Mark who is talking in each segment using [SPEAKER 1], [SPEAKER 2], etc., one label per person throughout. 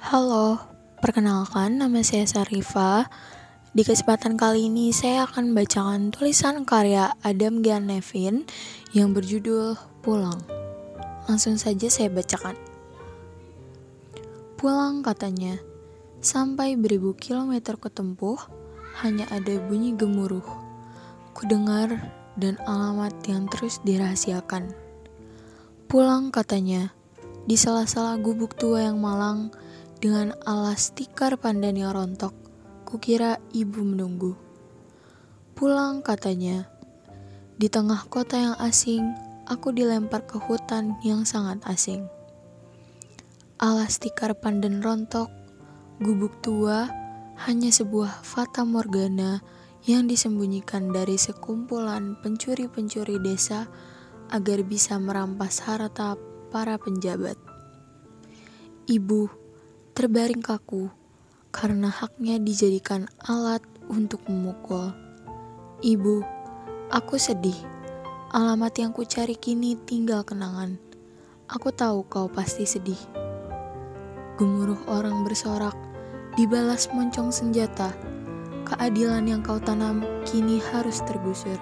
[SPEAKER 1] Halo, perkenalkan nama saya Sarifa. Di kesempatan kali ini saya akan bacakan tulisan karya Adam Gian Nevin yang berjudul Pulang. Langsung saja saya bacakan. Pulang katanya, sampai beribu kilometer kutempuh, hanya ada bunyi gemuruh. Kudengar dan alamat yang terus dirahasiakan. Pulang katanya, di sela-sela gubuk tua yang malang, dengan alas tikar pandan yang rontok, kukira ibu menunggu. Pulang katanya, di tengah kota yang asing, aku dilempar ke hutan yang sangat asing. Alas tikar pandan rontok, gubuk tua, hanya sebuah fata morgana yang disembunyikan dari sekumpulan pencuri-pencuri desa agar bisa merampas harta para penjabat. Ibu terbaring kaku karena haknya dijadikan alat untuk memukul. Ibu, aku sedih. Alamat yang kucari kini tinggal kenangan. Aku tahu kau pasti sedih. Gemuruh orang bersorak, dibalas moncong senjata. Keadilan yang kau tanam kini harus tergusur.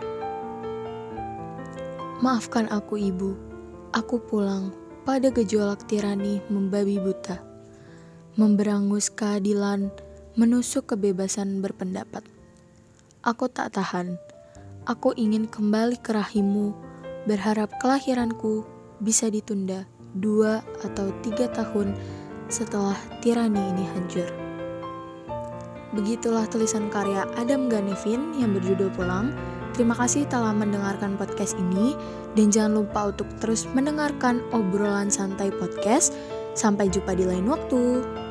[SPEAKER 1] Maafkan aku, Ibu. Aku pulang pada gejolak tirani membabi buta. Memberangus keadilan, menusuk kebebasan berpendapat. Aku tak tahan. Aku ingin kembali ke rahimmu, berharap kelahiranku bisa ditunda 2 atau 3 tahun setelah tirani ini hancur. Begitulah tulisan karya Adam Gian Nevin yang berjudul Pulang. Terima kasih telah mendengarkan podcast ini, dan jangan lupa untuk terus mendengarkan obrolan santai podcast. Sampai jumpa di lain waktu.